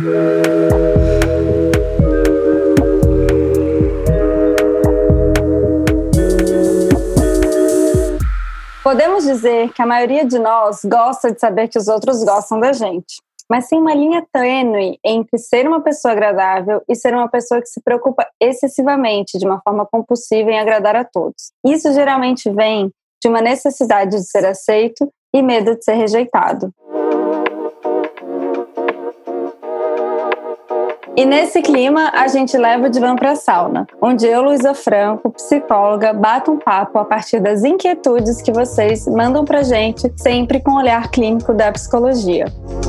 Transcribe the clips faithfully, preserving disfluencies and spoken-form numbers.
Podemos dizer que a maioria de nós gosta de saber que os outros gostam da gente. Mas tem uma linha tênue entre ser uma pessoa agradável e ser uma pessoa que se preocupa excessivamente, de uma forma compulsiva, em agradar a todos. Isso geralmente vem de uma necessidade de ser aceito e medo de ser rejeitado. E nesse clima, a gente leva o divã para a sauna, onde eu, Luísa Franco, psicóloga, bato um papo a partir das inquietudes que vocês mandam pra gente, sempre com o olhar clínico da psicologia.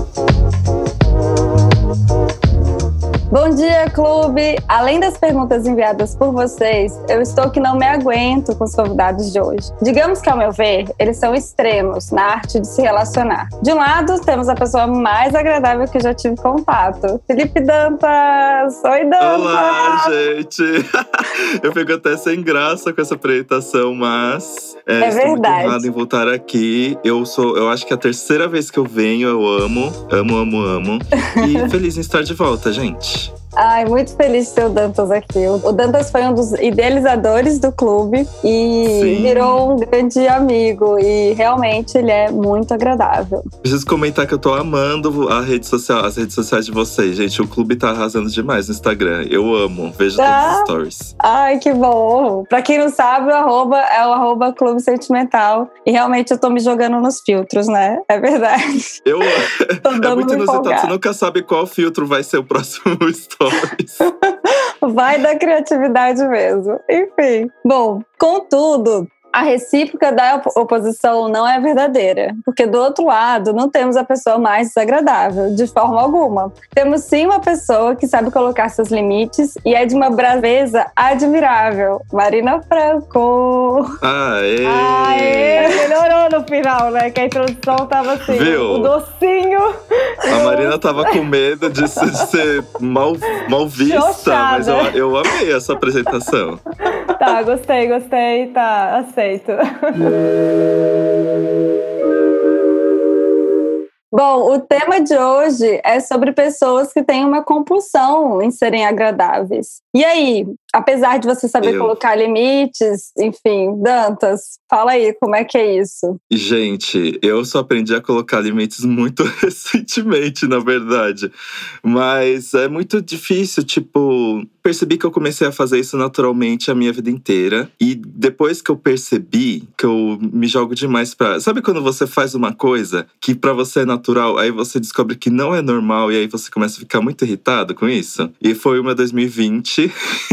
Bom dia, clube! Além das perguntas enviadas por vocês, eu estou que não me aguento com os convidados de hoje. Digamos que, ao meu ver, eles são extremos na arte de se relacionar. De um lado, temos a pessoa mais agradável que eu já tive contato, Felipe Dantas! Oi, Dantas! Olá, gente! Eu fico até sem graça com essa apresentação, mas é, é estou verdade. muito honrado em voltar aqui. Eu sou, eu acho que é a terceira vez que eu venho, eu amo, amo, amo, amo. E feliz em estar de volta, gente. Ai, muito feliz de ter o Dantas aqui. O Dantas foi um dos idealizadores do clube e Sim. virou um grande amigo. E realmente ele é muito agradável. Preciso comentar que eu tô amando a rede social, as redes sociais de vocês, gente. O clube tá arrasando demais no Instagram. Eu amo, vejo ah, todos os stories. Ai, que bom! Pra quem não sabe, o arroba é o arroba Clube Sentimental. E realmente eu tô me jogando nos filtros, né? É verdade. Eu É muito inusitado. Você nunca sabe qual filtro vai ser o próximo story. Vai da criatividade mesmo. Enfim. Bom, contudo, a recíproca da op- oposição não é verdadeira, porque do outro lado não temos a pessoa mais desagradável, de forma alguma. Temos sim uma pessoa que sabe colocar seus limites e é de uma braveza admirável. Marina Franco! Aê! Aê! Melhorou no final, né? Que a introdução tava assim, Viu? O docinho. A Marina tava com medo de ser, de ser mal, mal vista, Chochada. Mas eu, eu amei essa apresentação. Tá, gostei, gostei, tá, aceito. Bom, o tema de hoje é sobre pessoas que têm uma compulsão em serem agradáveis. E aí, apesar de você saber Eu. colocar limites, enfim, Dantas, fala aí, como é que é isso? Gente, eu só aprendi a colocar limites muito recentemente, na verdade. Mas é muito difícil, tipo… Percebi que eu comecei a fazer isso naturalmente a minha vida inteira. E depois que eu percebi que eu me jogo demais pra… Sabe quando você faz uma coisa que pra você é natural, aí você descobre que não é normal e aí você começa a ficar muito irritado com isso? E foi o meu dois mil e vinte.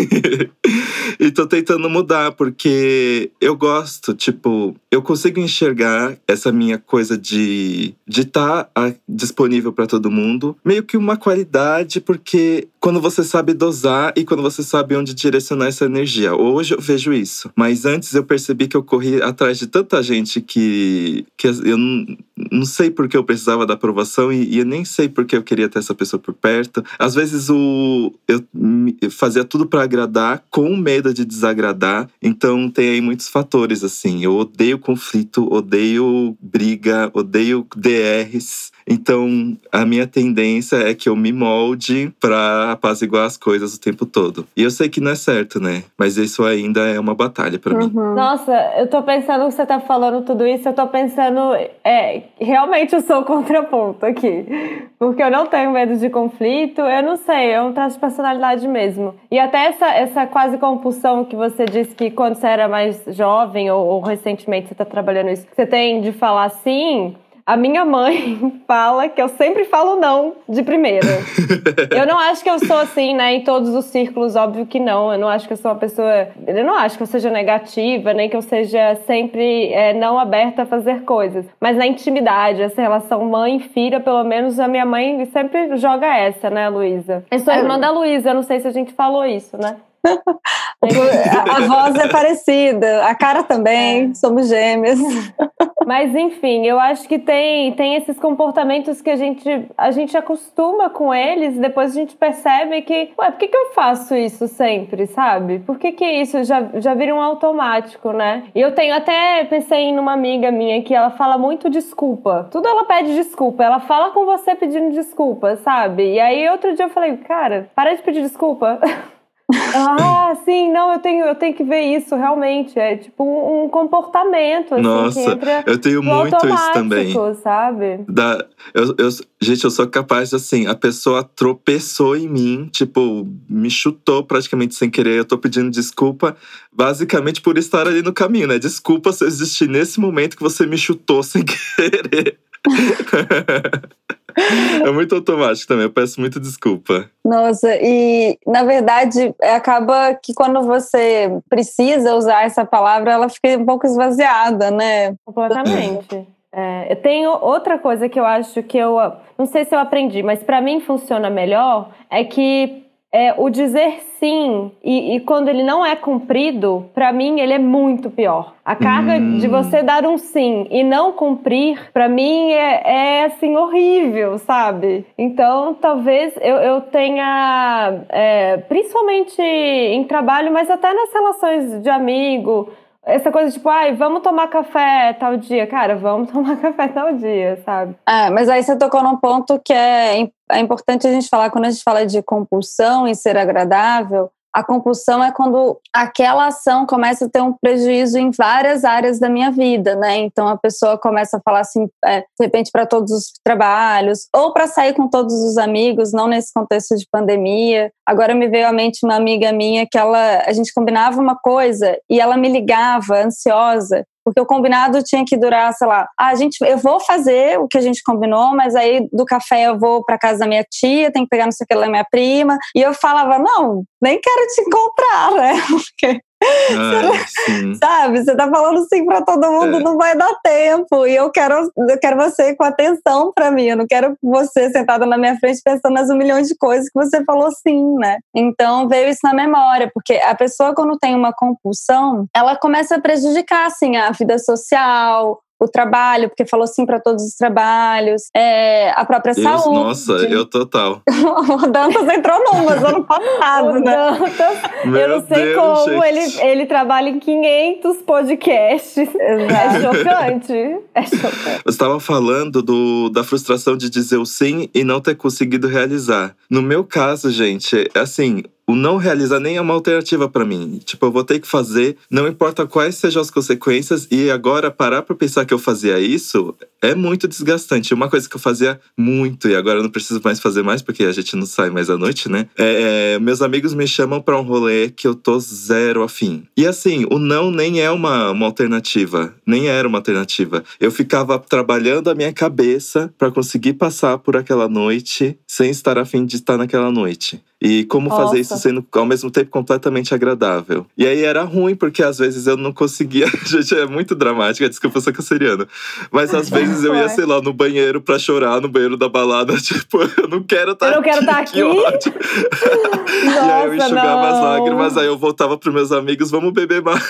E tô tentando mudar, porque eu gosto, tipo… Eu consigo enxergar essa minha coisa de de estar tá disponível pra todo mundo. Meio que uma qualidade, porque quando você sabe dosar e quando você sabe onde direcionar essa energia. Hoje eu vejo isso. Mas antes eu percebi que eu corri atrás de tanta gente que, que eu não, não sei por que eu precisava da aprovação e, e eu nem sei por que eu queria ter essa pessoa por perto. Às vezes o, eu fazia tudo pra agradar com medo de desagradar. Então tem aí muitos fatores, assim. Eu odeio conflito, odeio briga, odeio D Rs. Então a minha tendência é que eu me molde pra apaziguar as coisas o tempo todo. E eu sei que não é certo, né? Mas isso ainda é uma batalha pra Uhum. mim. Nossa, eu tô pensando que você tá falando tudo isso, eu tô pensando… É, realmente eu sou o contraponto aqui. Porque eu não tenho medo de conflito, eu não sei, é um traço de personalidade mesmo. E até essa, essa quase compulsão que você disse que quando você era mais jovem ou, ou recentemente você tá trabalhando isso, você tem de falar sim… A minha mãe fala que eu sempre falo não de primeira. Eu não acho que eu sou assim, né? Em todos os círculos, óbvio que não. Eu não acho que eu sou uma pessoa… Eu não acho que eu seja negativa, nem que eu seja sempre é, não aberta a fazer coisas. Mas na intimidade, essa relação mãe e filha, pelo menos a minha mãe sempre joga essa, né, Luísa? Eu sou irmã da Luísa, eu não sei se a gente falou isso, né? A, a voz é parecida, a cara também, é. Somos gêmeas. Mas enfim, eu acho que tem, tem esses comportamentos que a gente, a gente acostuma com eles e depois a gente percebe que, ué, por que, que eu faço isso sempre, sabe? Por que que isso já, já vira um automático, né? E eu tenho até, pensei numa amiga minha que ela fala muito desculpa. Tudo ela pede desculpa, ela fala com você pedindo desculpa, sabe? E aí outro dia eu falei, cara, para de pedir desculpa. Ah, sim, não, eu tenho, eu tenho que ver isso, realmente. É tipo um comportamento, assim, Nossa, que entra eu tenho muito isso também. Sabe? Da, eu, eu, gente, eu sou capaz de, assim, a pessoa tropeçou em mim, tipo, me chutou praticamente sem querer. Eu tô pedindo desculpa, basicamente por estar ali no caminho, né? Desculpa se eu existir nesse momento que você me chutou sem querer. É muito automático também, eu peço muita desculpa. Nossa, e na verdade acaba que quando você precisa usar essa palavra, ela fica um pouco esvaziada, né? Completamente. É, eu tenho outra coisa que eu acho que eu, não sei se eu aprendi, mas pra mim funciona melhor, é que é, o dizer sim, e, e quando ele não é cumprido, pra mim ele é muito pior. A carga hum. de você dar um sim e não cumprir, pra mim é, é assim, horrível, sabe? Então, talvez eu, eu tenha, é, principalmente em trabalho, mas até nas relações de amigo, essa coisa tipo, ai, vamos tomar café tal dia. Cara, vamos tomar café tal dia, sabe? É, mas aí você tocou num ponto que é, é importante a gente falar, quando a gente fala de compulsão e ser agradável, a compulsão é quando aquela ação começa a ter um prejuízo em várias áreas da minha vida, né? Então a pessoa começa a falar assim, é, de repente para todos os trabalhos, ou para sair com todos os amigos, não nesse contexto de pandemia. Agora me veio à mente uma amiga minha que ela, a gente combinava uma coisa e ela me ligava ansiosa, porque o combinado tinha que durar, sei lá, ah, a gente, eu vou fazer o que a gente combinou, mas aí do café eu vou para casa da minha tia, tenho que pegar não sei o que da minha prima. E eu falava, não, nem quero te encontrar, né? Porque Ai, sim. Sabe, você tá falando sim pra todo mundo, é. Não vai dar tempo. E eu quero, eu quero você com atenção pra mim. Eu não quero você sentada na minha frente pensando nas um milhão de coisas que você falou sim, né? Então veio isso na memória, porque a pessoa, quando tem uma compulsão, ela começa a prejudicar assim, a vida social, o trabalho, porque falou sim para todos os trabalhos, é, a própria eu, saúde. Nossa, eu total. O Dantas entrou numas ano passado, o né? Dantas, Meu eu não sei Deus, como, ele, gente. ele trabalha em quinhentos podcasts. Exato. É chocante. É chocante. Eu estava falando do, da frustração de dizer o sim e não ter conseguido realizar. No meu caso, gente, assim, o não realizar nem é uma alternativa pra mim. Tipo, eu vou ter que fazer, não importa quais sejam as consequências. E agora, parar pra pensar que eu fazia isso é muito desgastante. Uma coisa que eu fazia muito, e agora eu não preciso mais fazer mais, porque a gente não sai mais à noite, né? É, é, meus amigos me chamam pra um rolê que eu tô zero afim. E assim, o não nem é uma, uma alternativa. Nem era uma alternativa. Eu ficava trabalhando a minha cabeça pra conseguir passar por aquela noite sem estar afim de estar naquela noite. E como Nossa. fazer isso sendo ao mesmo tempo completamente agradável. E aí era ruim, porque às vezes eu não conseguia. Gente, é muito dramática, desculpa, eu sou canceriana. Mas às vezes eu ia, sei lá, no banheiro pra chorar, no banheiro da balada. Tipo, eu não quero estar aqui. Eu não quero estar aqui. Nossa, e aí eu enxugava não. as lágrimas, aí eu voltava pros meus amigos, vamos beber mais.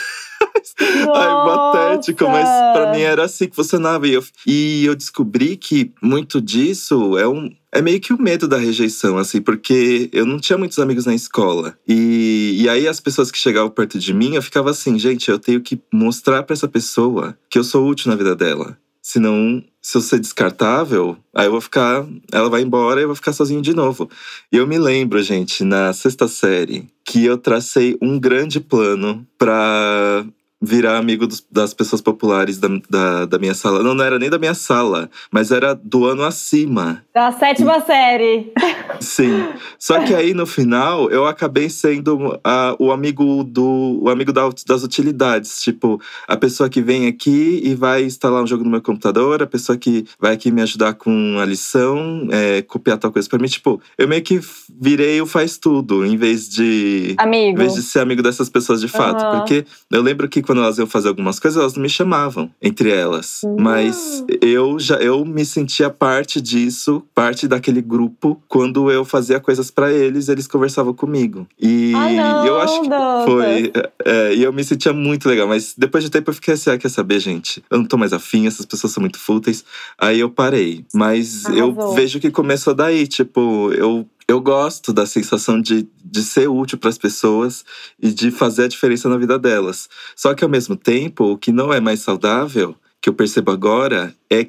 Ai, patético, mas pra mim era assim que funcionava. E eu, e eu descobri que muito disso é um. É meio que o medo da rejeição, assim, porque eu não tinha muitos amigos na escola. E, e aí as pessoas que chegavam perto de mim, eu ficava assim, gente, eu tenho que mostrar pra essa pessoa que eu sou útil na vida dela. Senão, se eu ser descartável, aí eu vou ficar… Ela vai embora e eu vou ficar sozinho de novo. E eu me lembro, gente, na sexta série, que eu tracei um grande plano pra virar amigo dos, das pessoas populares da, da, da minha sala. Não, não era nem da minha sala, mas era do ano acima. Da sétima e, série. Sim. Só que aí, no final, eu acabei sendo a, o amigo, do, o amigo da, das utilidades. Tipo, a pessoa que vem aqui e vai instalar um jogo no meu computador, a pessoa que vai aqui me ajudar com a lição, é, copiar tal coisa pra mim. Tipo, eu meio que virei o faz tudo, em vez de… Amigo. Em vez de ser amigo dessas pessoas de fato. Uhum. Porque eu lembro que quando elas iam fazer algumas coisas, elas não me chamavam entre elas. Uhum. Mas eu já eu me sentia parte disso, parte daquele grupo, quando eu fazia coisas pra eles, eles conversavam comigo. E Ai, não, eu acho que Dantas. foi. É, e eu me sentia muito legal, mas depois de tempo eu fiquei assim: ah, quer saber, gente? Eu não tô mais afim, essas pessoas são muito fúteis. Aí eu parei. Mas eu Arrasou. vejo que começou daí, tipo, eu. Eu gosto da sensação de, de ser útil para as pessoas e de fazer a diferença na vida delas. Só que, ao mesmo tempo, o que não é mais saudável, que eu percebo agora, é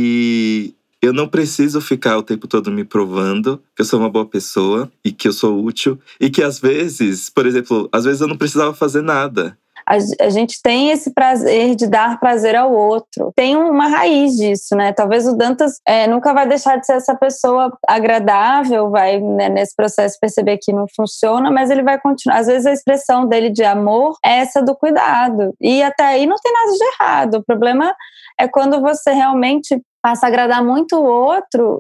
que eu não preciso ficar o tempo todo me provando que eu sou uma boa pessoa e que eu sou útil. E que, às vezes, por exemplo, às vezes eu não precisava fazer nada. A, a gente tem esse prazer de dar prazer ao outro. Tem uma raiz disso, né? Talvez o Dantas é, nunca vai deixar de ser essa pessoa agradável, vai, né, nesse processo perceber que não funciona, mas ele vai continuar. Às vezes a expressão dele de amor é essa do cuidado. E até aí não tem nada de errado. O problema é quando você realmente passa a agradar muito o outro,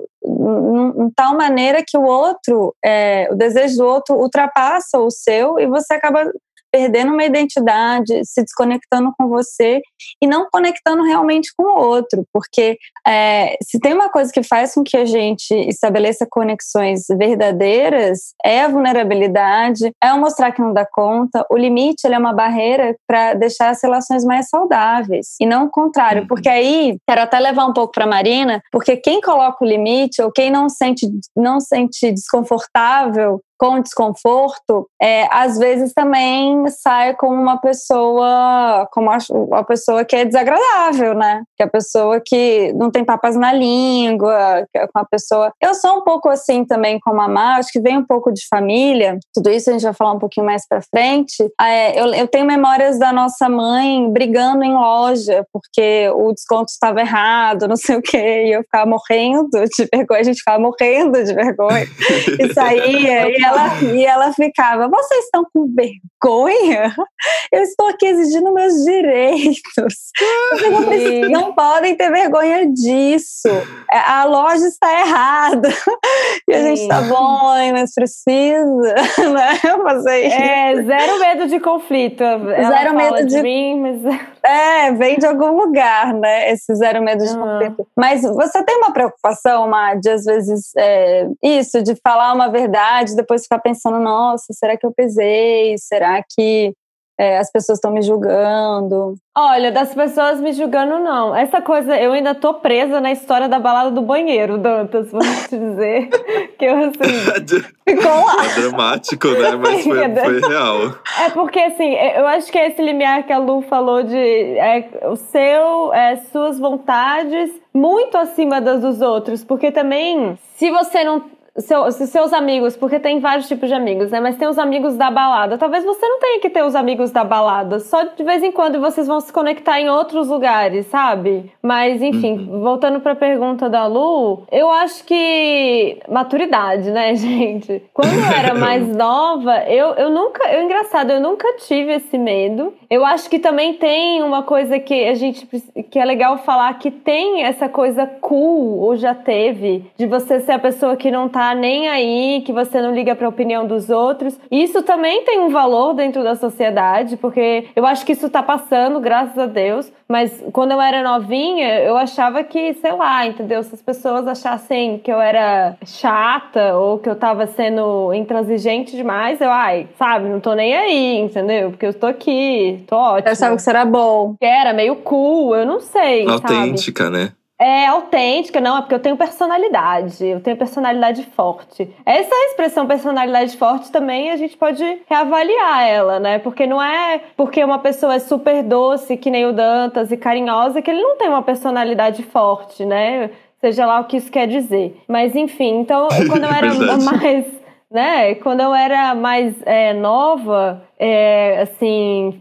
em tal maneira que o outro, é, o desejo do outro ultrapassa o seu e você acaba perdendo uma identidade, se desconectando com você e não conectando realmente com o outro, porque é, se tem uma coisa que faz com que a gente estabeleça conexões verdadeiras, é a vulnerabilidade, é o mostrar que não dá conta. O limite, ele é uma barreira para deixar as relações mais saudáveis e não o contrário, Uhum. porque aí, quero até levar um pouco para a Marina, porque quem coloca o limite ou quem não sente, não sente desconfortável com desconforto, é, às vezes também sai como uma pessoa, como uma pessoa que é desagradável, né? Que é a pessoa que não tem papas na língua, que é uma pessoa... Eu sou um pouco assim também como a Má, acho que vem um pouco de família, tudo isso a gente vai falar um pouquinho mais pra frente. É, eu, eu tenho memórias da nossa mãe brigando em loja, porque o desconto estava errado, não sei o quê, e eu ficava morrendo de vergonha, a gente ficava morrendo de vergonha, e saía, e ela, e ela ficava, vocês estão com vergonha? Eu estou aqui exigindo meus direitos. Vocês não, precisam, não podem ter vergonha disso. A loja está errada. E a gente está bom, mas precisa, né? Fazer isso. É, zero medo de conflito. Ela zero medo de... de mim, mas... É, vem de algum lugar, né? Esse zero medo de uhum. conflito. Mas você tem uma preocupação, Má, de às vezes é, isso, de falar uma verdade, depois ficar pensando, nossa, será que eu pesei? Será que é, as pessoas estão me julgando? Olha, das pessoas me julgando, não. Essa coisa, eu ainda tô presa na história da balada do banheiro, Dantas, vou te dizer. Que eu, assim, ficou lá. É dramático, né? Mas foi, foi real. É porque, assim, eu acho que é esse limiar que a Lu falou de é, o seu, é, suas vontades muito acima das dos outros. Porque também, se você não... Seu, seus amigos, porque tem vários tipos de amigos, né? Mas tem os amigos da balada. Talvez você não tenha que ter os amigos da balada. Só de vez em quando vocês vão se conectar em outros lugares, sabe? Mas, enfim, uhum. voltando pra pergunta da Lu, eu acho que... Maturidade, né, gente? Quando eu era mais nova, eu, eu nunca... Eu, engraçado, eu nunca tive esse medo. Eu acho que também tem uma coisa que a gente... Que é legal falar, que tem essa coisa cool, ou já teve, de você ser a pessoa que não tá nem aí, que você não liga pra opinião dos outros. Isso também tem um valor dentro da sociedade, porque eu acho que isso tá passando, graças a Deus. Mas quando eu era novinha, eu achava que, sei lá, entendeu? Se as pessoas achassem que eu era chata ou que eu tava sendo intransigente demais, eu, ai, sabe, não tô nem aí, entendeu? Porque eu tô aqui, tô ótima. Eu achava que isso era bom. Que era meio cool, eu não sei, autêntica, sabe? né? É autêntica, não, é porque eu tenho personalidade, eu tenho personalidade forte. Essa expressão personalidade forte também a gente pode reavaliar ela, né? Porque não é porque uma pessoa é super doce, que nem o Dantas, e carinhosa, que ele não tem uma personalidade forte, né? Seja lá o que isso quer dizer. Mas enfim, então quando eu era mais... Né? Quando eu era mais é, nova, é, assim,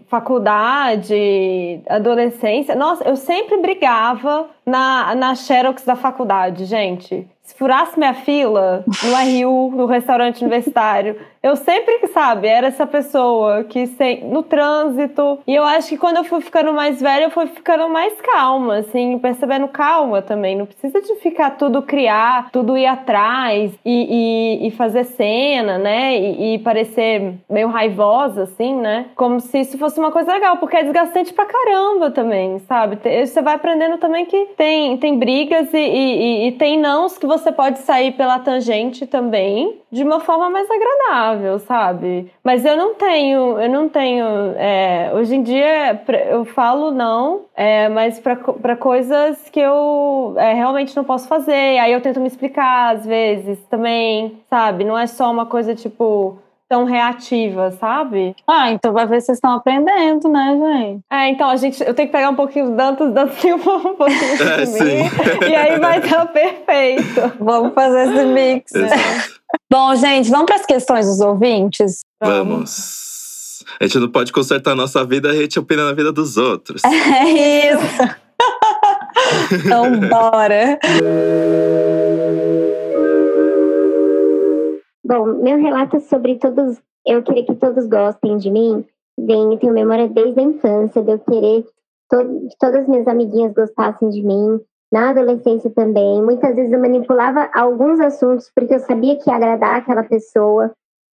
faculdade, adolescência, nossa, eu sempre brigava na, na Xerox da faculdade, gente. se furasse minha fila no R U, no restaurante universitário, eu sempre, sabe, era essa pessoa que sem, no trânsito. E eu acho que quando eu fui ficando mais velha, eu fui ficando mais calma, assim, percebendo calma também. Não precisa de ficar tudo criar, tudo ir atrás e, e, e fazer cena, né? E, e parecer meio raivosa, assim, né? Como se isso fosse uma coisa legal, porque é desgastante pra caramba também, sabe? Você vai aprendendo também que tem, tem brigas e, e, e tem nãos que você pode sair pela tangente também, de uma forma mais agradável, sabe? Mas eu não tenho, eu não tenho, é, hoje em dia eu falo não, é, mas pra, pra coisas que eu é, realmente não posso fazer, aí eu tento me explicar às vezes também, sabe? Não é só uma coisa tipo tão reativa, sabe? Ah, então vai ver se vocês estão aprendendo, né, gente? É, então a gente, eu tenho que pegar um pouquinho do Dantas, Dantas um pouquinho É, de mim, e aí vai estar perfeito. Vamos fazer esse mix. Bom, gente, vamos para as questões dos ouvintes? Vamos. A gente não pode consertar a nossa vida, a gente opina na vida dos outros. É isso. Então, bora. Bom, meu relato sobre todos, eu queria que todos gostem de mim, vem, eu tenho memória desde a infância, de eu querer to- que todas as minhas amiguinhas gostassem de mim, na adolescência também. Muitas vezes eu manipulava alguns assuntos porque eu sabia que ia agradar aquela pessoa.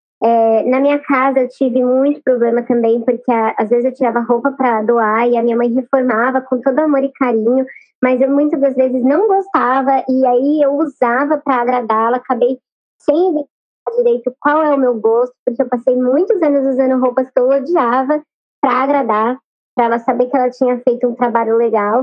É, na minha casa eu tive muito problema também, porque a, às vezes eu tirava roupa para doar e a minha mãe reformava com todo amor e carinho, mas eu muitas das vezes não gostava e aí eu usava para agradá-la, acabei sem identificar direito qual é o meu gosto, porque eu passei muitos anos usando roupas que eu odiava para agradar, para ela saber que ela tinha feito um trabalho legal.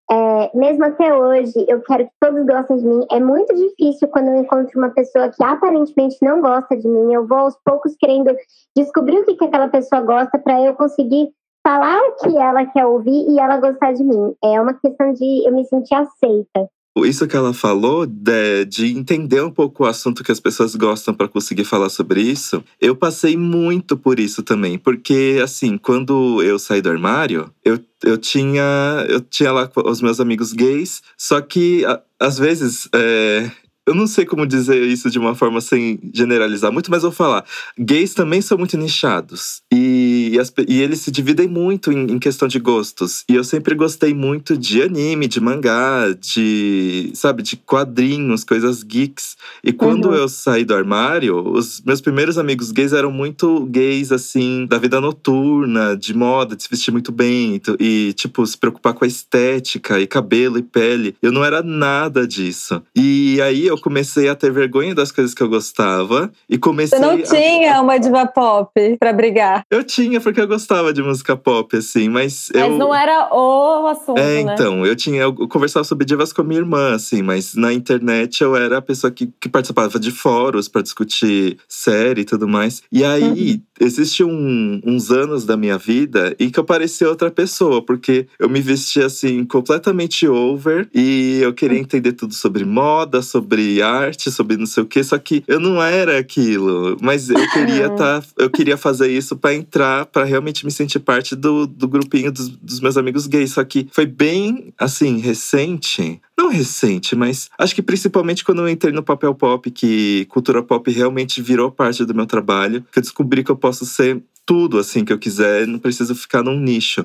É, mesmo até hoje, eu quero que todos gostem de mim. É muito difícil quando eu encontro uma pessoa que aparentemente não gosta de mim. Eu vou aos poucos querendo descobrir o que, que aquela pessoa gosta para eu conseguir falar o que ela quer ouvir e ela gostar de mim. É uma questão de eu me sentir aceita. Isso que ela falou, de, de entender um pouco o assunto que as pessoas gostam para conseguir falar sobre isso, eu passei muito por isso também. Porque, assim, quando eu saí do armário, eu, eu, tinha, eu tinha lá os meus amigos gays, só que, a, às vezes, é, eu não sei como dizer isso de uma forma sem generalizar muito, mas eu vou falar. Gays também são muito nichados. E, e, as, e eles se dividem muito em, em questão de gostos. E eu sempre gostei muito de anime, de mangá, de, sabe, de quadrinhos, coisas geeks. E quando Uhum. eu saí do armário, os meus primeiros amigos gays eram muito gays, assim, da vida noturna, de moda, de se vestir muito bem. E, tipo, se preocupar com a estética, e cabelo, e pele. Eu não era nada disso. E aí eu comecei a ter vergonha das coisas que eu gostava. E comecei Você não a... tinha uma diva pop pra brigar? Eu tinha, porque eu gostava de música pop, assim, mas eu… Mas não era o assunto, É, né? então, eu tinha… Eu conversava sobre divas com a minha irmã, assim, mas na internet eu era a pessoa que, que participava de fóruns pra discutir série e tudo mais. E aí, uhum. existe um, uns anos da minha vida em que eu parecia outra pessoa, porque eu me vestia, assim, completamente over. E eu queria entender tudo sobre moda, sobre arte, sobre não sei o quê. Só que eu não era aquilo, mas eu queria, tá, eu queria fazer isso pra entrar, pra realmente me sentir parte do, do grupinho dos, dos meus amigos gays. Só que foi bem, assim, recente. Não recente, mas acho que principalmente quando eu entrei no papel pop, que cultura pop realmente virou parte do meu trabalho, que eu descobri que eu posso ser tudo, assim, que eu quiser, não preciso ficar num nicho.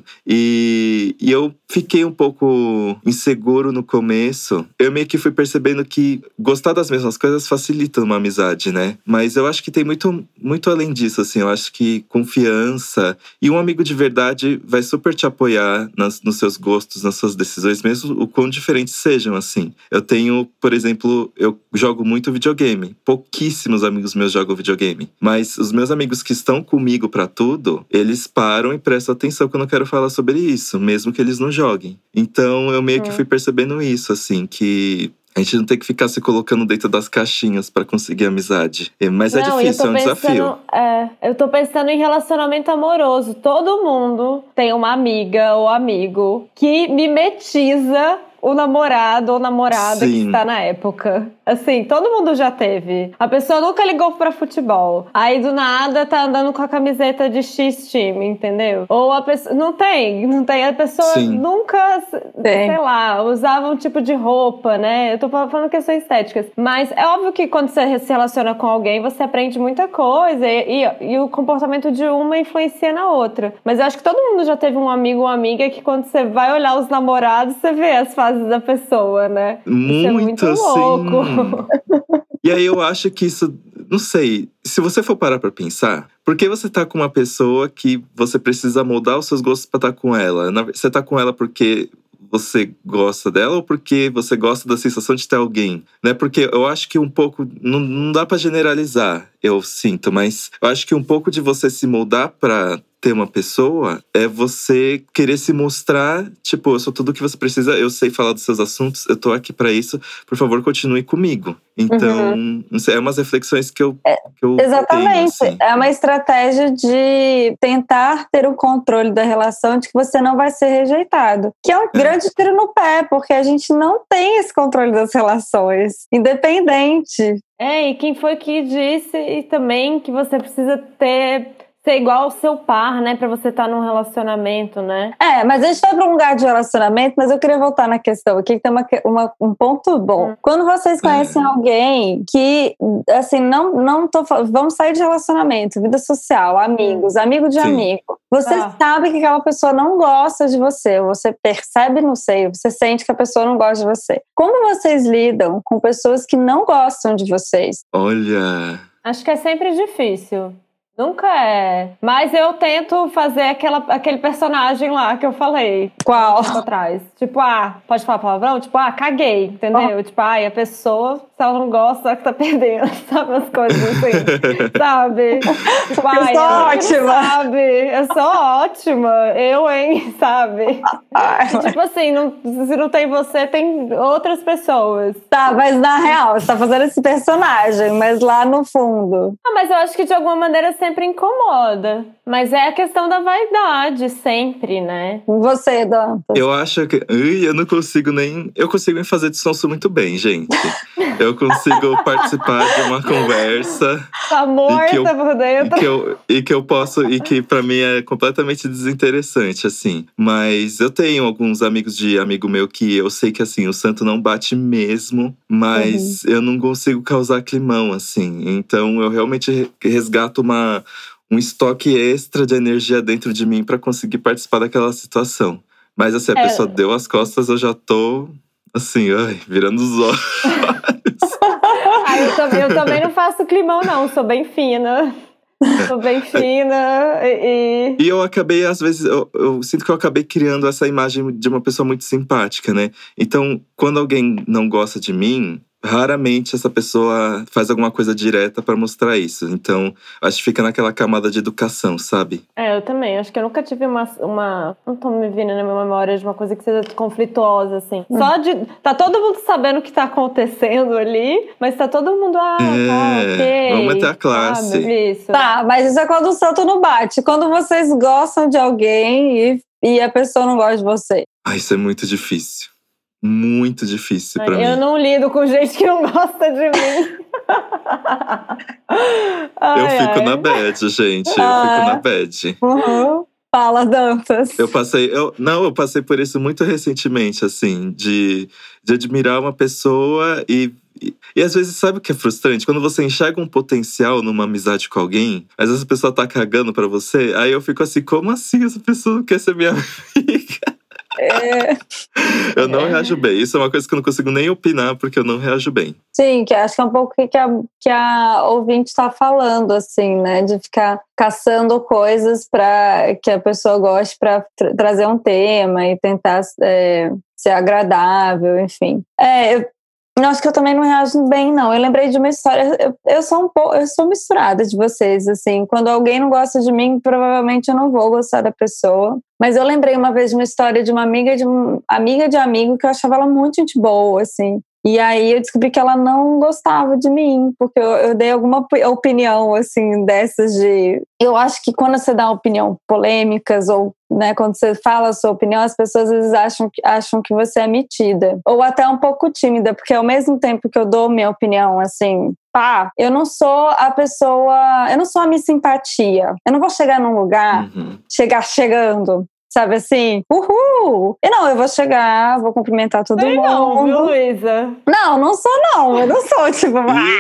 E, e eu fiquei um pouco inseguro no começo. Eu meio que fui percebendo que gostar das mesmas coisas facilita uma amizade, né? Mas eu acho que tem muito, muito além disso, assim. Eu acho que confiança e um amigo de verdade vai super te apoiar nas, nos seus gostos, nas suas decisões, mesmo o quão diferentes sejam, assim. Eu tenho, por exemplo, eu jogo muito videogame. Pouquíssimos amigos meus jogam videogame. Mas os meus amigos que estão comigo pra tudo, eles param e prestam atenção quando eu quero falar sobre isso, mesmo que eles não joguem. Então eu meio que fui percebendo isso, assim, que a gente não tem que ficar se colocando dentro das caixinhas pra conseguir amizade. Mas não, é difícil, é um pensando, desafio. É, eu tô pensando em relacionamento amoroso. Todo mundo tem uma amiga ou amigo que mimetiza o namorado ou namorada Sim. que está na época. Assim, todo mundo já teve. A pessoa nunca ligou pra futebol. Aí, do nada, tá andando com a camiseta de X time, entendeu? Ou a pessoa... Não tem, não tem. A pessoa Sim. nunca, Tem. sei lá, usava um tipo de roupa, né? Eu tô falando questões estéticas. Mas é óbvio que quando você se relaciona com alguém, você aprende muita coisa. E, e, e o comportamento de uma influencia na outra. Mas eu acho que todo mundo já teve um amigo ou amiga que quando você vai olhar os namorados, você vê as fases da pessoa, né? Muito, Isso é muito louco. assim. E aí eu acho que isso, não sei, se você for parar pra pensar, por que você tá com uma pessoa que você precisa moldar os seus gostos pra estar com ela? Na- Você tá com ela porque você gosta dela ou porque você gosta da sensação de ter alguém, né? Porque eu acho que um pouco, não, não dá pra generalizar, eu sinto, mas eu acho que um pouco de você se moldar pra ter uma pessoa é você querer se mostrar, tipo, eu sou tudo o que você precisa, eu sei falar dos seus assuntos, eu tô aqui pra isso, por favor, continue comigo. Então, não sei, é umas reflexões que eu, que eu Exatamente. tenho, assim. É uma estratégia de tentar ter o controle da relação de que você não vai ser rejeitado. Que é um grande tiro no pé, porque a gente não tem esse controle das relações. Independente. É, e quem foi que disse e também que você precisa ter... ser igual ao seu par, né? Pra você estar num relacionamento, né? É, mas a gente vai para um lugar de relacionamento, mas eu queria voltar na questão aqui, que tem uma, uma- um ponto bom. Hum. Quando vocês conhecem alguém que, assim, não, não tô falando, vamos sair de relacionamento, vida social, amigos, amigo de Sim. amigo. Você Ah. sabe que aquela pessoa não gosta de você, você percebe no seio, você sente que a pessoa não gosta de você. Como vocês lidam com pessoas que não gostam de vocês? Olha, Acho que é sempre difícil. Nunca é. Mas eu tento fazer aquela, aquele personagem lá que eu falei. Qual? Um tempo atrás. Tipo, ah, pode falar palavrão? Tipo, ah, caguei, entendeu? Tipo, ah, e a pessoa, se ela não gosta, ela que tá perdendo. Sabe as coisas assim? Sabe? Tipo, ah, Eu sou ela que ótima. não sabe. Eu sou ótima. Eu, hein? Sabe? Ai, E, tipo assim, não, se não tem você, tem outras pessoas. tá, mas na real, você tá fazendo esse personagem, mas lá no fundo. Ah, mas eu acho que de alguma maneira sempre incomoda. Mas é a questão da vaidade, sempre, né? Você, Dantas. eu acho que… Ui, eu não consigo nem… Eu consigo me fazer de sonso muito bem, gente. Eu consigo participar de uma conversa… Tá morta E que eu- por E dentro. que, eu, e que eu posso… E que pra mim é completamente desinteressante, assim. Mas eu tenho alguns amigos de amigo meu que eu sei que, assim, o santo não bate mesmo. Mas eu não consigo causar climão, assim. Então eu realmente re- resgato uma… um estoque extra de energia dentro de mim pra conseguir participar daquela situação. Mas assim, a É. pessoa deu as costas, eu já tô… Assim, ai, virando os olhos. Ah, eu, também, eu também não faço climão, não. Sou bem fina. Sou bem fina e… E eu acabei, às vezes, eu, eu sinto que eu acabei criando essa imagem de uma pessoa muito simpática, né? Então, quando alguém não gosta de mim, raramente essa pessoa faz alguma coisa direta pra mostrar isso. Então, acho que fica naquela camada de educação, sabe? É, eu também. Acho que eu nunca tive uma… uma não tô me vindo na minha memória de uma coisa que seja conflituosa, assim. Só de… Tá todo mundo sabendo o que tá acontecendo ali, mas tá todo mundo… Ah, tá, É, ok. vamos meter a classe. Sabe? Isso. Tá, mas isso é quando o santo não bate. Quando vocês gostam de alguém e, e a pessoa não gosta de você. Ai, isso é muito difícil. Muito difícil pra Eu mim. não lido com gente que não gosta de mim. Ai, Eu fico ai. na bad, gente. Eu Ah. fico na bad. Uhum. Fala, Dantas. Eu passei… Eu, não, eu passei por isso muito recentemente, assim. De, de admirar uma pessoa e… E, e às vezes, sabe o que é frustrante? Quando você enxerga um potencial numa amizade com alguém, às vezes a pessoa tá cagando pra você, aí eu fico assim, como assim essa pessoa não quer ser minha amiga? É, Eu não reajo bem. Isso é uma coisa que eu não consigo nem opinar, porque eu não reajo bem. sim, que acho que é um pouco o que a, que a ouvinte está falando, assim, né? De ficar caçando coisas para que a pessoa goste para tra- trazer um tema e tentar é, ser agradável, enfim. É, eu eu acho que eu também não reajo bem, não. Eu lembrei de uma história. Eu, eu sou um pouco, eu sou misturada de vocês, assim. Quando alguém não gosta de mim, provavelmente eu não vou gostar da pessoa. Mas eu lembrei uma vez de uma história de uma amiga de um amiga de amigo que eu achava ela muito gente boa, assim. E aí eu descobri que ela não gostava de mim, porque eu, eu dei alguma opinião, assim, dessas de… Eu acho que quando você dá opinião polêmicas ou, né, quando você fala a sua opinião, as pessoas às vezes acham, acham que você é metida. Ou até um pouco tímida, porque ao mesmo tempo que eu dou minha opinião, assim… Pá, eu não sou a pessoa… Eu não sou a minha simpatia. Eu não vou chegar num lugar, Uhum. chegar chegando… Sabe assim? Uhul! E não, eu vou chegar, vou cumprimentar todo Sei mundo. não, viu, Luísa? Não, não sou não. Eu não sou, tipo…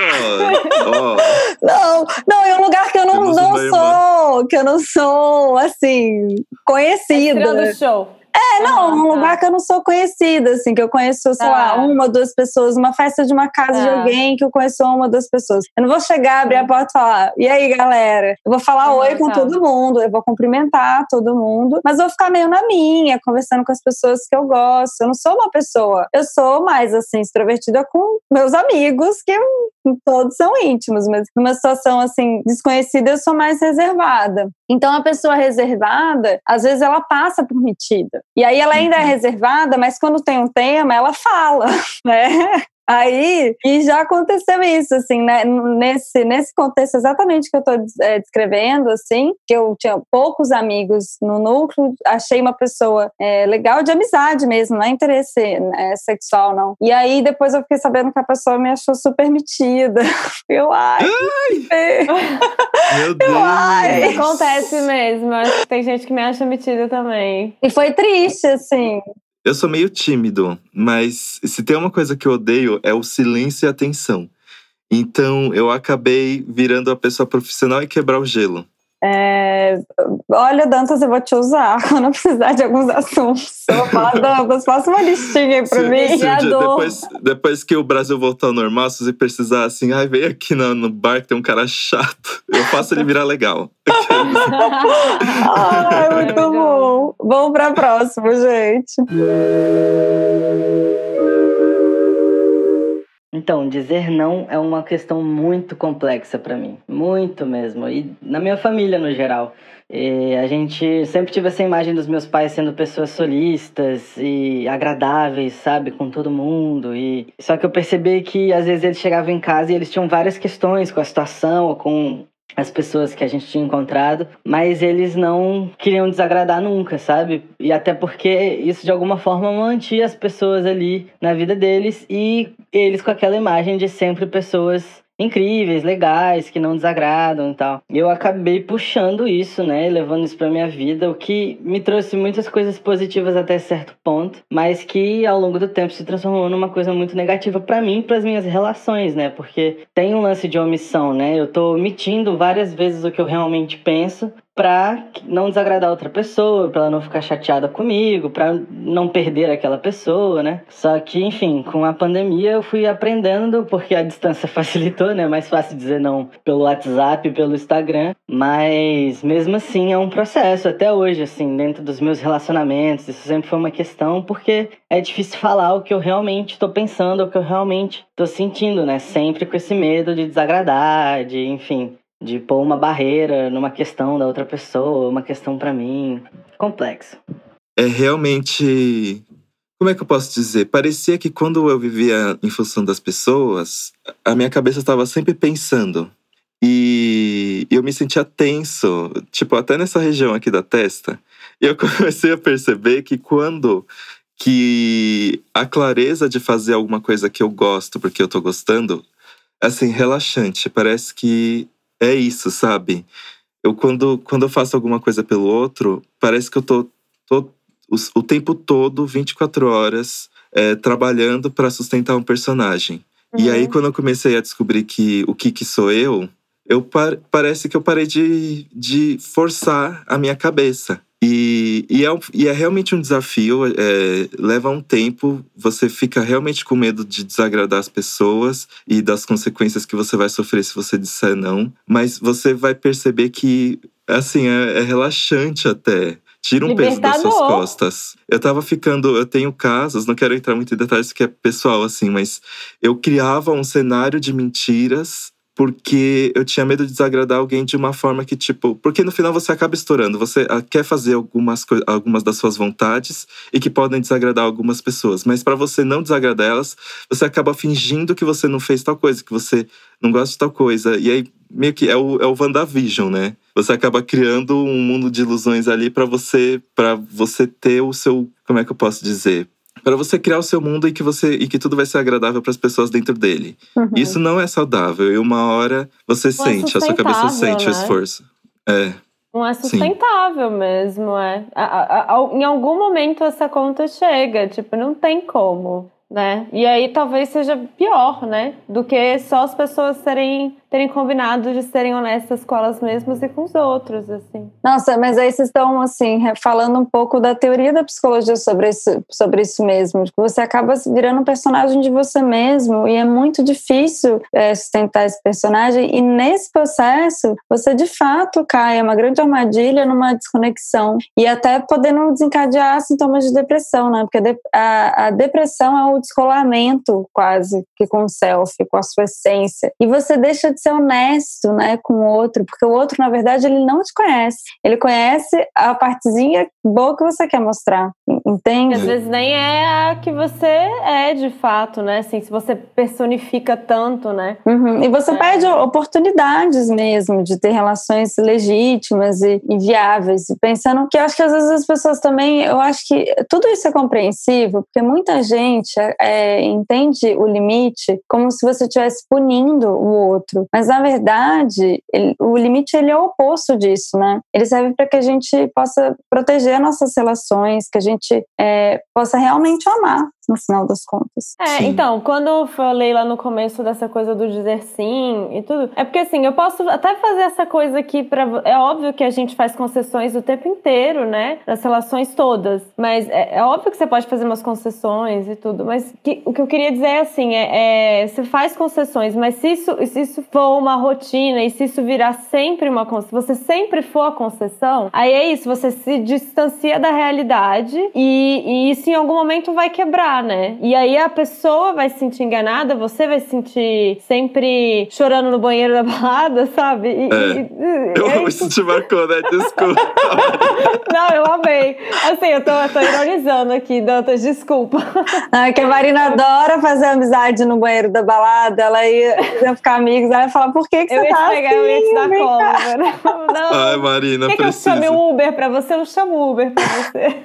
E, ó, ó, Não, não, é um lugar que eu não, Temos não uma irmã. sou, que eu não sou, assim, conhecida. Tirando o show. É, não, Ah, um tá. lugar que eu não sou conhecida, assim, que eu conheço, sei Tá. lá, uma, duas pessoas, uma festa de uma casa de Tá. alguém que eu conheço uma, duas pessoas. Eu não vou chegar, abrir a porta e falar, e aí, galera? Eu vou falar Ah, oi com tá. todo mundo, eu vou cumprimentar todo mundo, mas eu vou ficar meio na minha, conversando com as pessoas que eu gosto. Eu não sou uma pessoa, eu sou mais, assim, extrovertida com meus amigos, que todos são íntimos, mas numa situação, assim, desconhecida, eu sou mais reservada. Então, a pessoa reservada, às vezes ela passa por metida. E aí ela ainda é reservada, mas quando tem um tema, ela fala, né? Aí, e já aconteceu isso, assim, né? Nesse, nesse contexto exatamente que eu estou é, descrevendo, assim, que eu tinha poucos amigos no núcleo, achei uma pessoa é, legal de amizade mesmo, não é interesse é, sexual, não. E aí, depois eu fiquei sabendo que a pessoa me achou super metida. Eu, ai, ai. Meu Deus! ai. Acontece mesmo. Acho que tem gente que me acha metida também. E foi triste, assim. Eu sou meio tímido, mas se tem uma coisa que eu odeio é o silêncio e a tensão. Então eu acabei virando a pessoa profissional e quebrar o gelo. É, olha, Dantas, eu vou te usar quando eu precisar de alguns assuntos. Eu vou falar, Dantas, faça uma listinha aí pra Se, mim. se um dia, depois, depois que o Brasil voltar ao normal, se você precisar assim, ai, vem aqui no, no bar que tem um cara chato, eu faço ele virar legal. Ai, muito bom. Vamos pra próxima, gente. Então, dizer não é uma questão muito complexa para mim, muito mesmo, e na minha família no geral. E a gente sempre tive essa imagem dos meus pais sendo pessoas solistas e agradáveis, sabe, com todo mundo. E só que eu percebi que às vezes eles chegavam em casa e eles tinham várias questões com a situação ou com as pessoas que a gente tinha encontrado, mas eles não queriam desagradar nunca, sabe? E até porque isso de alguma forma mantia as pessoas ali na vida deles e eles com aquela imagem de sempre pessoas incríveis, legais, que não desagradam e tal. Eu acabei puxando isso, né, levando isso pra minha vida, o que me trouxe muitas coisas positivas até certo ponto, mas que ao longo do tempo se transformou numa coisa muito negativa pra mim e pras minhas relações, né, porque tem um lance de omissão, né, eu tô omitindo várias vezes o que eu realmente penso pra não desagradar outra pessoa, pra ela não ficar chateada comigo, pra não perder aquela pessoa, né? Só que, enfim, com a pandemia eu fui aprendendo, porque a distância facilitou, né? É mais fácil dizer não pelo WhatsApp, pelo Instagram, mas mesmo assim é um processo, até hoje, assim, dentro dos meus relacionamentos, isso sempre foi uma questão, porque é difícil falar o que eu realmente tô pensando, o que eu realmente tô sentindo, né? Sempre com esse medo de desagradar, de, enfim, de pôr uma barreira numa questão da outra pessoa, uma questão pra mim. Complexo. É realmente… Como é que eu posso dizer? Parecia que quando eu vivia em função das pessoas, a minha cabeça estava sempre pensando. E eu me sentia tenso, tipo, até nessa região aqui da testa. E eu comecei a perceber que quando… que a clareza de fazer alguma coisa que eu gosto, porque eu tô gostando, assim, relaxante. Parece que é isso, sabe? Eu, quando, quando eu faço alguma coisa pelo outro, parece que eu tô, tô o, o tempo todo, vinte e quatro horas, é, trabalhando para sustentar um personagem. Uhum. E aí, quando eu comecei a descobrir que o que, que sou eu, eu par, parece que eu parei de, de forçar a minha cabeça. E, e, é, e é realmente um desafio, é, leva um tempo, você fica realmente com medo de desagradar as pessoas e das consequências que você vai sofrer se você disser não. Mas você vai perceber que, assim, é, é relaxante até. Tira um peso das suas costas. Eu tava ficando… Eu tenho casos, não quero entrar muito em detalhes, que é pessoal, assim, mas eu criava um cenário de mentiras porque eu tinha medo de desagradar alguém de uma forma que, tipo… Porque no final você acaba estourando. Você quer fazer algumas, algumas das suas vontades e que podem desagradar algumas pessoas. Mas para você não desagradar elas, você acaba fingindo que você não fez tal coisa, que você não gosta de tal coisa. E aí, meio que é o, é o WandaVision, né? Você acaba criando um mundo de ilusões ali para você, para você ter o seu… Como é que eu posso dizer? Para você criar o seu mundo e que, você, e que tudo vai ser agradável para as pessoas dentro dele. Uhum. Isso não é saudável. E uma hora você não sente, é a sua cabeça sente, né, o esforço. É. Não é sustentável Sim. mesmo, é. A, a, a, em algum momento essa conta chega, tipo, não tem como, né? E aí talvez seja pior, né? Do que só as pessoas terem, terem combinado de serem honestas com elas mesmas e com os outros, assim. Nossa, mas aí vocês estão, assim, falando um pouco da teoria da psicologia sobre isso, sobre isso mesmo. Você acaba virando um personagem de você mesmo e é muito difícil é, sustentar esse personagem. E nesse processo, você de fato cai, é uma grande armadilha numa desconexão. E até podendo desencadear sintomas de depressão, né? Porque a, a depressão é o descolamento quase que com o self, com a sua essência. E você deixa de ser honesto, né, com o outro, porque o outro, na verdade, ele não te conhece. Ele conhece a partezinha boa que você quer mostrar, entende? Às vezes nem é a que você é de fato, né? Assim, se você personifica tanto, né? Uhum. E você é. perde oportunidades mesmo de ter relações legítimas e, e viáveis. E pensando que eu acho que às vezes as pessoas também, eu acho que tudo isso é compreensível, porque muita gente é, entende o limite como se você estivesse punindo o outro. Mas, na verdade, ele, o limite ele é o oposto disso, né? Ele serve para que a gente possa proteger nossas relações, que a gente é, possa realmente amar, no final das contas. É, sim. Então, quando eu falei lá no começo dessa coisa do dizer sim e tudo, é porque assim, eu posso até fazer essa coisa aqui pra… É óbvio que a gente faz concessões o tempo inteiro, né? Nas relações todas. Mas é, é óbvio que você pode fazer umas concessões e tudo, mas que, o que eu queria dizer é assim, é, é, você faz concessões, mas se isso, se isso for uma rotina e se isso virar sempre uma concessão, se você sempre for a concessão, aí é isso, você se distancia da realidade e, e isso em algum momento vai quebrar, né? E aí a pessoa vai se sentir enganada, você vai se sentir sempre chorando no banheiro da balada, sabe? E, é. e, eu é amo isso te marcou, né? Desculpa. Não, eu amei. Assim, eu tô, eu tô ironizando aqui, Dantas, desculpa. Ah, que a Marina adora fazer amizade no banheiro da balada, ela ia, ia ficar amigos, ela ia falar, por que, que eu você tá pegar, assim? Eu ia te dar cola, né? Não. Ai, Marina, Quer precisa. que eu chame Uber pra você? Eu não chamo Uber pra você.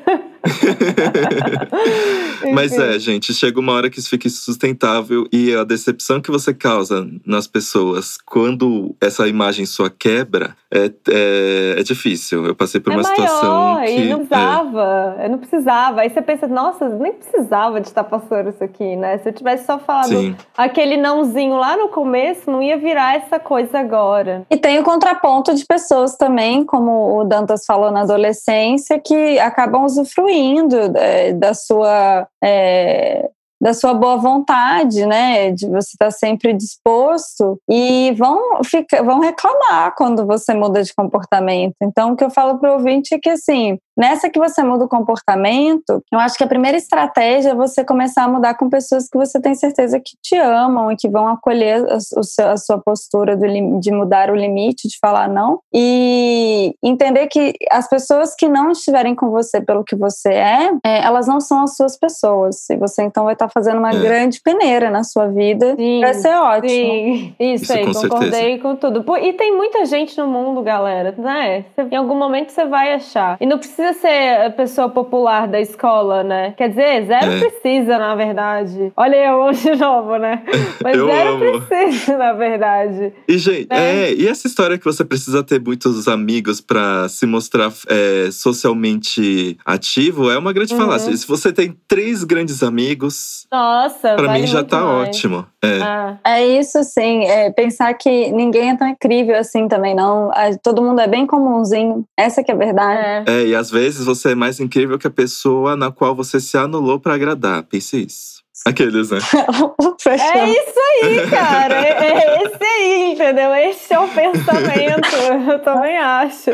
Mas é, gente, chega uma hora que isso fica insustentável e a decepção que você causa nas pessoas quando essa imagem sua quebra é, é, é difícil. Eu passei por é uma maior, situação que… E não precisava, é. eu não precisava. Aí você pensa, nossa, nem precisava de estar passando isso aqui, né? Se eu tivesse só falado Sim. aquele nãozinho lá no começo, não ia virar essa coisa agora. E tem o contraponto de pessoas também, como o Dantas falou na adolescência, que acabam usufruindo é, da sua… É, da sua boa vontade, né, de você estar sempre disposto e vão, ficar, vão reclamar quando você muda de comportamento. Então, o que eu falo para o ouvinte é que, assim, nessa que você muda o comportamento, eu acho que a primeira estratégia é você começar a mudar com pessoas que você tem certeza que te amam e que vão acolher a, a sua postura do, de mudar o limite, de falar não, e entender que as pessoas que não estiverem com você pelo que você é, é elas não são as suas pessoas, e você então vai estar fazendo uma é. grande peneira na sua vida. Sim, vai ser ótimo. Sim. Isso, Isso aí, com concordei certeza. Com tudo. E tem muita gente no mundo, galera, né? Em algum momento você vai achar. E não precisa ser a pessoa popular da escola, né? Quer dizer, zero é. precisa, na verdade. Olha eu de novo, né? Mas eu zero amo. precisa, na verdade. E, gente, é. É, e essa história que você precisa ter muitos amigos pra se mostrar é, socialmente ativo é uma grande uhum. falácia. Se você tem três grandes amigos… Nossa, Pra vale mim já tá mais. ótimo. É. Ah. é isso, sim. É pensar que ninguém é tão incrível assim também, não. Todo mundo é bem comumzinho. Essa que é a verdade. É. é, e às vezes você é mais incrível que a pessoa na qual você se anulou pra agradar. Pense isso. Aqueles, né? É isso aí, cara. É, é esse aí, entendeu? Esse é o pensamento. Eu também acho.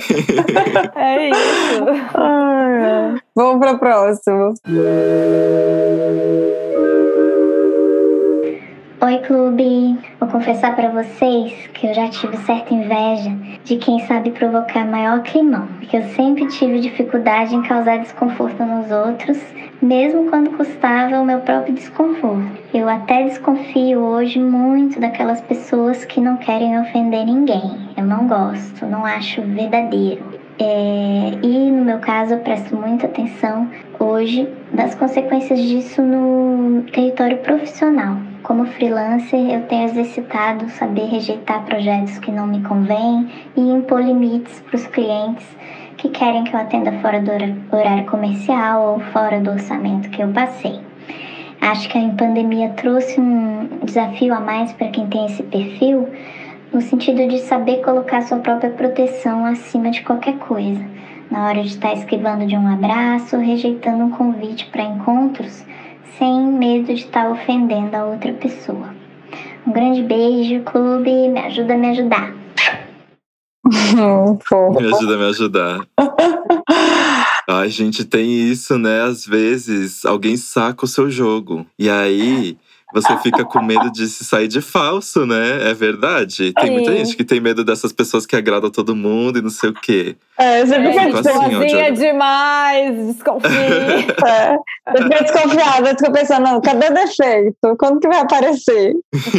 É isso. Ai, vamos pra próxima. Oi, clube! Vou confessar pra vocês que eu já tive certa inveja de quem sabe provocar maior climão, porque eu sempre tive dificuldade em causar desconforto nos outros, mesmo quando custava o meu próprio desconforto. Eu até desconfio hoje muito daquelas pessoas que não querem ofender ninguém. Eu não gosto, não acho verdadeiro. É, e no meu caso eu presto muita atenção hoje das consequências disso no território profissional. Como freelancer, eu tenho exercitado saber rejeitar projetos que não me convêm e impor limites para os clientes que querem que eu atenda fora do horário comercial ou fora do orçamento que eu passei. Acho que a pandemia trouxe um desafio a mais para quem tem esse perfil, no sentido de saber colocar sua própria proteção acima de qualquer coisa, na hora de estar esquivando de um abraço ou rejeitando um convite para encontros, sem medo de estar ofendendo a outra pessoa. Um grande beijo, clube, me ajuda a me ajudar. Me ajuda a me ajudar. Ai, gente, tem isso, né? Às vezes, alguém saca o seu jogo. E aí, você fica com medo de se sair de falso, né? É verdade. Tem Sim. muita gente que tem medo dessas pessoas que agradam todo mundo e não sei o quê. É, você É, fica, Fico assim, ó, boazinha Diogo. demais, desconfie. é, você fica desconfiada, você fica pensando, não, cadê defeito? Quando que vai aparecer?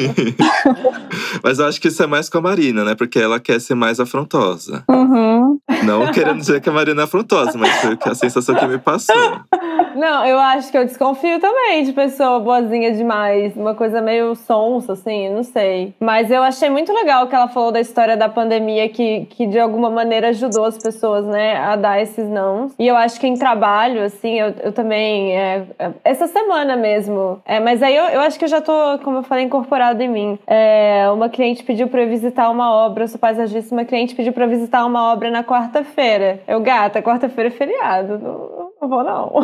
Mas eu acho que isso é mais com a Marina, né? Porque ela quer ser mais afrontosa. Uhum. Não querendo dizer que a Marina é afrontosa, mas foi a sensação que me passou. Não, eu acho que eu desconfio também de pessoa boazinha demais. Uma coisa meio sonsa, assim, não sei. Mas eu achei muito legal que ela falou da história da pandemia, que, que de alguma maneira ajudou as pessoas, né, a dar esses nãos. E eu acho que em trabalho, assim, eu, eu também… É, essa semana mesmo. É, mas aí eu, eu acho que eu já tô, como eu falei, incorporado em mim. É, uma cliente pediu pra eu visitar uma obra, eu sou paisagista, uma cliente pediu pra eu visitar uma obra na quarta-feira. Eu, gata, quarta-feira é feriado. Não, não vou não,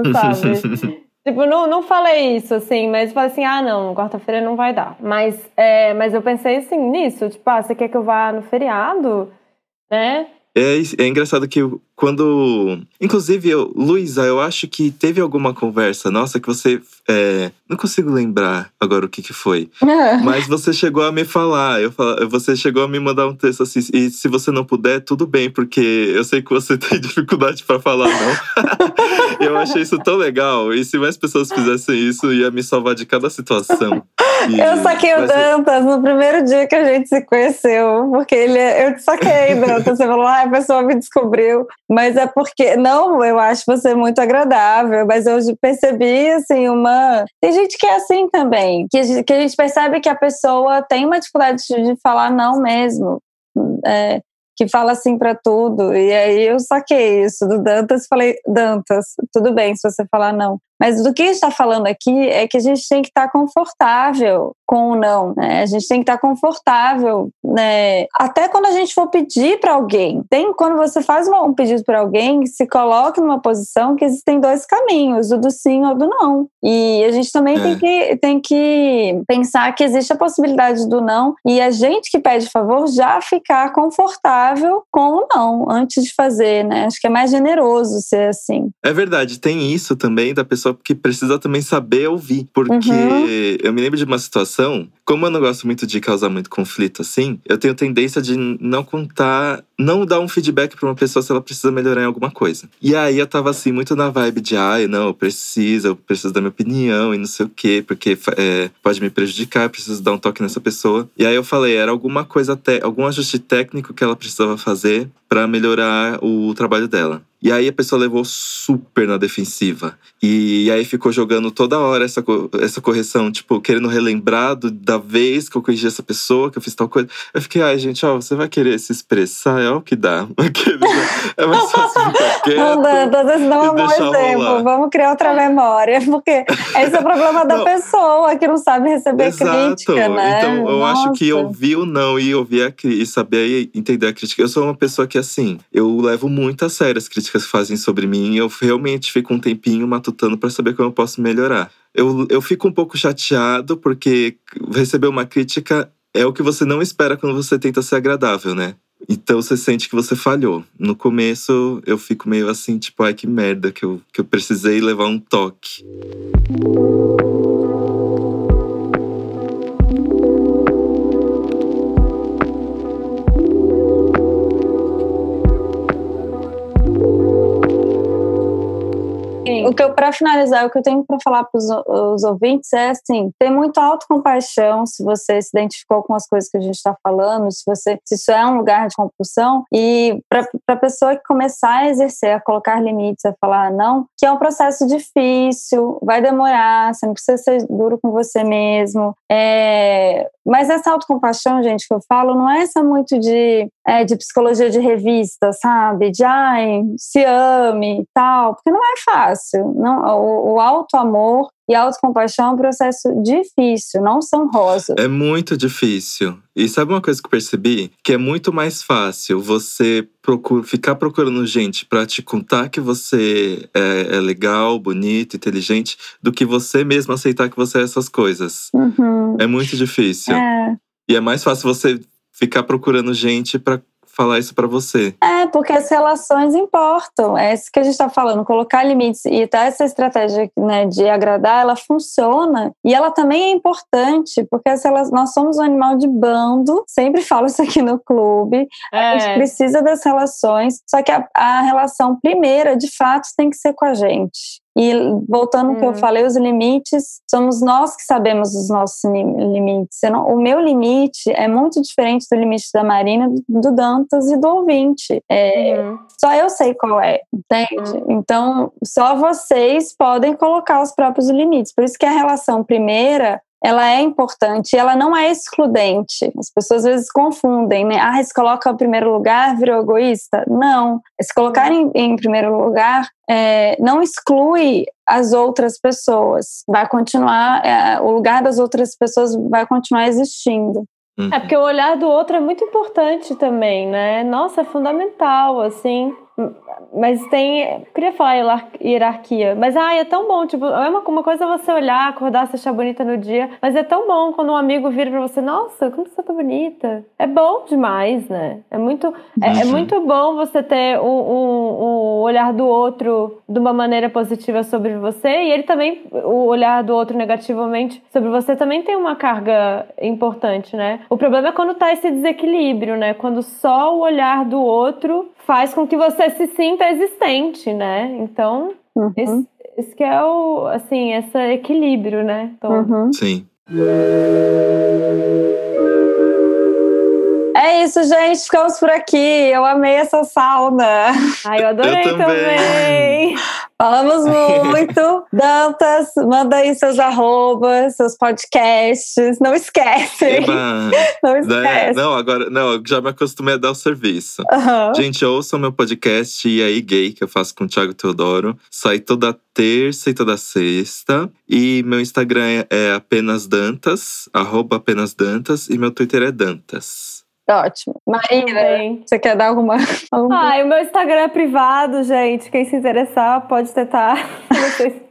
sabe? Tipo, não, não falei isso, assim, mas falei assim, ah, não, quarta-feira não vai dar. Mas, é, mas eu pensei, assim, nisso, tipo, ah, você quer que eu vá no feriado, né? É, é engraçado que quando… Inclusive, eu, Luísa, eu acho que teve alguma conversa nossa que você… É, não consigo lembrar agora o que que foi. Mas você chegou a me falar. Eu fala, você chegou a me mandar um texto assim. E se você não puder, tudo bem. Porque eu sei que você tem dificuldade pra falar não. Eu achei isso tão legal. E se mais pessoas fizessem isso, ia me salvar de cada situação. E, eu saquei o Dantas no primeiro dia que a gente se conheceu. Porque ele, eu te saquei, Dantas. Você falou, ah, a pessoa me descobriu. Mas é porque… Não, eu acho você muito agradável. Mas eu percebi, assim, uma… Tem gente que é assim também. Que a gente, que a gente percebe que a pessoa tem uma dificuldade de falar não mesmo. É, que fala assim pra tudo. E aí eu saquei isso do Dantas e falei, Dantas, tudo bem se você falar não. Mas do que a gente está falando aqui é que a gente tem que estar confortável com o não, né? A gente tem que estar confortável, né? Até quando a gente for pedir para alguém. Tem, quando você faz um pedido para alguém, se coloque numa posição que existem dois caminhos, o do sim ou do não. E a gente também é. tem, que, tem que pensar que existe a possibilidade do não e a gente que pede favor já ficar confortável com o não antes de fazer, né? Acho que é mais generoso ser assim. É verdade, tem isso também da pessoa que precisa também saber ouvir. Porque uhum. eu me lembro de uma situação, como eu não gosto muito de causar muito conflito assim, eu tenho tendência de não contar, não dar um feedback pra uma pessoa se ela precisa melhorar em alguma coisa. E aí eu tava assim, muito na vibe de, ai, não, eu preciso, eu preciso da minha opinião e não sei o quê, porque é, pode me prejudicar, eu preciso dar um toque nessa pessoa. E aí eu falei, era alguma coisa, te- algum ajuste técnico que ela precisava fazer pra melhorar o trabalho dela. E aí a pessoa levou super na defensiva. E aí ficou jogando toda hora essa, essa correção, tipo, querendo relembrar do, da vez que eu corrigi essa pessoa, que eu fiz tal coisa. Eu fiquei, ai, gente, ó, você vai querer se expressar, é o que dá. É mais fácil ficar quieto. Não, Dantas, esse não é um bom exemplo. Rolar. Vamos criar outra memória. Porque esse é o problema da não. pessoa, que não sabe receber Exato. crítica, né? Então, eu Nossa. acho que ouvir o não e ouvir a crítica, e saber entender a crítica. Eu sou uma pessoa que, assim, eu levo muito a sério as críticas que fazem sobre mim. Eu realmente fico um tempinho matutando pra saber como eu posso melhorar. Eu, eu fico um pouco chateado porque receber uma crítica é o que você não espera quando você tenta ser agradável, né? Então você sente que você falhou. No começo eu fico meio assim, tipo, ai que merda que eu, que eu precisei levar um toque. Sim. O que eu, pra finalizar, o que eu tenho pra falar pros os ouvintes é assim, ter muita autocompaixão se você se identificou com as coisas que a gente tá falando, se você, se isso é um lugar de compulsão, e pra, pra pessoa que começar a exercer, a colocar limites, a falar não, que é um processo difícil, vai demorar, você não precisa ser duro com você mesmo, é, mas essa autocompaixão, gente, que eu falo, não é essa muito de, é, de psicologia de revista, sabe? De, ai, se ame e tal, porque não é fácil. Não, o, o auto-amor e a autocompaixão é um processo difícil, não são rosas. É muito difícil. E sabe uma coisa que eu percebi? Que é muito mais fácil você procura, ficar procurando gente pra te contar que você é, é legal, bonito, inteligente, do que você mesmo aceitar que você é essas coisas. Uhum. É muito difícil. É. E é mais fácil você ficar procurando gente pra falar isso pra você. É, porque as relações importam. É isso que a gente tá falando. Colocar limites e tá essa estratégia, né, de agradar, ela funciona. E ela também é importante, porque as relações, nós somos um animal de bando. Sempre falo isso aqui no clube. É. A gente precisa das relações. Só que a, a relação primeira, de fato, tem que ser com a gente. E voltando ao hum. que eu falei, os limites, somos nós que sabemos os nossos limites. Não, o meu limite é muito diferente do limite da Marina, do Dantas e do ouvinte. É, hum. Só eu sei qual é, entende? Hum. Então, só vocês podem colocar os próprios limites. Por isso que a relação primeira, ela é importante, ela não é excludente. As pessoas às vezes confundem, né? Ah, se coloca em primeiro lugar, virou egoísta? Não. Se colocar em, em primeiro lugar, é, não exclui as outras pessoas. Vai continuar, é, o lugar das outras pessoas vai continuar existindo. É porque o olhar do outro é muito importante também, né? Nossa, é fundamental, assim. Mas tem... Eu queria falar hierarquia. Mas, ai, é tão bom. Tipo, é uma, uma coisa você olhar, acordar, se achar bonita no dia. Mas é tão bom quando um amigo vira pra você. Nossa, como você tá bonita. É bom demais, né? É muito, é, é muito bom você ter o um, um, um olhar do outro de uma maneira positiva sobre você. E ele também, o olhar do outro negativamente sobre você também tem uma carga importante, né? O problema é quando tá esse desequilíbrio, né? Quando só o olhar do outro faz com que você se sinta existente, né? Então, uhum. esse, esse que é o, assim, esse equilíbrio, né? Uhum. Sim. É isso, gente. Ficamos por aqui. Eu amei essa sauna. Ai, eu adorei eu também. também. Falamos muito. Dantas, manda aí seus arrobas, seus podcasts. Não esquece. Eba. Não esquece. Não, agora, não, eu já me acostumei a dar o serviço. Uhum. Gente, ouçam meu podcast E aí Gay, que eu faço com o Thiago Teodoro. Sai toda terça e toda sexta. E meu Instagram é apenas Dantas, arroba apenas Dantas. E meu Twitter é Dantas. Ótimo. Marina, você quer dar alguma... alguma... Ah, o meu Instagram é privado, gente. Quem se interessar pode tentar. Não sei se...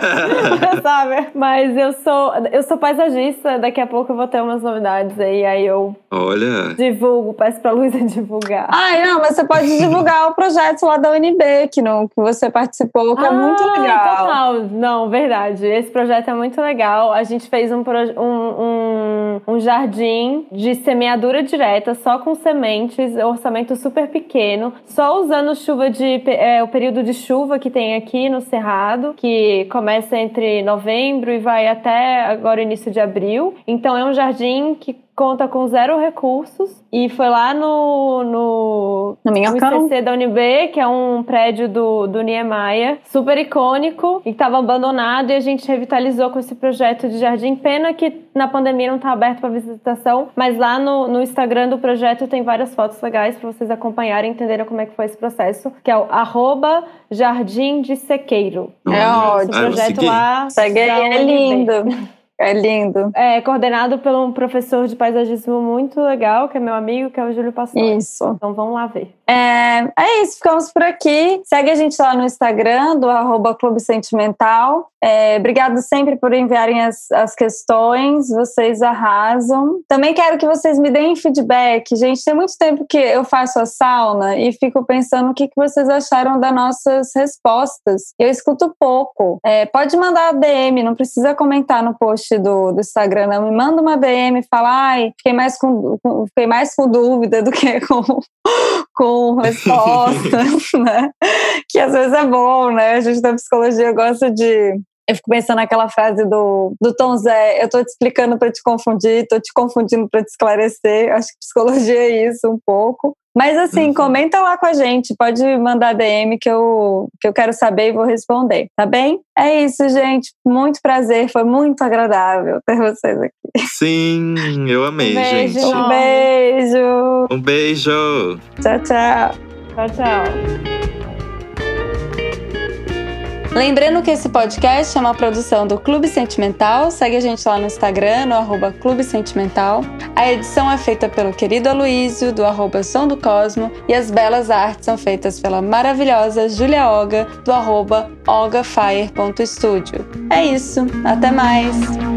sabe? Mas eu sou, eu sou paisagista. Daqui a pouco eu vou ter umas novidades aí. Aí eu Olha. divulgo, peço pra Luísa divulgar. Ai, não, mas você pode divulgar o projeto lá da U N B, que, não, que você participou, que ah, é muito legal. Total, não, verdade. Esse projeto é muito legal. A gente fez um, um, um, um jardim de semeadura direta, só com sementes, orçamento super pequeno, só usando chuva de é, o período de chuva que tem aqui no Cerrado, que começa entre novembro e vai até agora início de abril. Então é um jardim que conta com zero recursos e foi lá no, no, no, no I C C da U N B, que é um prédio do, do Niemeyer, super icônico e estava abandonado, e a gente revitalizou com esse projeto de jardim. Pena que na pandemia não está aberto para visitação, mas lá no, no Instagram do projeto tem várias fotos legais para vocês acompanharem e entenderem como é que foi esse processo, que é o arroba Jardim de Sequeiro. É ótimo. O projeto lá. Segue, é lindo. É lindo. É coordenado por um professor de paisagismo muito legal, que é meu amigo, que é o Júlio Pastore. Isso. Então vamos lá ver. É, é isso, ficamos por aqui. Segue a gente lá no Instagram, do arroba Clube Sentimental. É, obrigado sempre por enviarem as, as questões, vocês arrasam. Também quero que vocês me deem feedback. Gente, tem muito tempo que eu faço a sauna e fico pensando o que, que vocês acharam das nossas respostas. Eu escuto pouco. É, pode mandar D M, não precisa comentar no post do, do Instagram, não. Me manda uma D M e fala, ai, fiquei mais com, com, fiquei mais com dúvida do que com, com respostas, né? Que às vezes é bom, né? A gente da psicologia gosta de... Eu fico pensando naquela frase do, do Tom Zé, eu tô te explicando para te confundir, tô te confundindo para te esclarecer. Acho que psicologia é isso um pouco. Mas assim, uhum. comenta lá com a gente, pode mandar D M que eu, que eu quero saber e vou responder, tá bem? É isso, gente. Muito prazer, foi muito agradável ter vocês aqui. Sim, eu amei, um beijo, gente. Um beijo. Um beijo. Tchau, tchau. Tchau, tchau. Lembrando que esse podcast é uma produção do Clube Sentimental. Segue a gente lá no Instagram, no arroba Clube Sentimental. A edição é feita pelo querido Aloysio, do arroba Som do Cosmo. E as belas artes são feitas pela maravilhosa Julia Oga, do arroba ogafire ponto studio. É isso, até mais!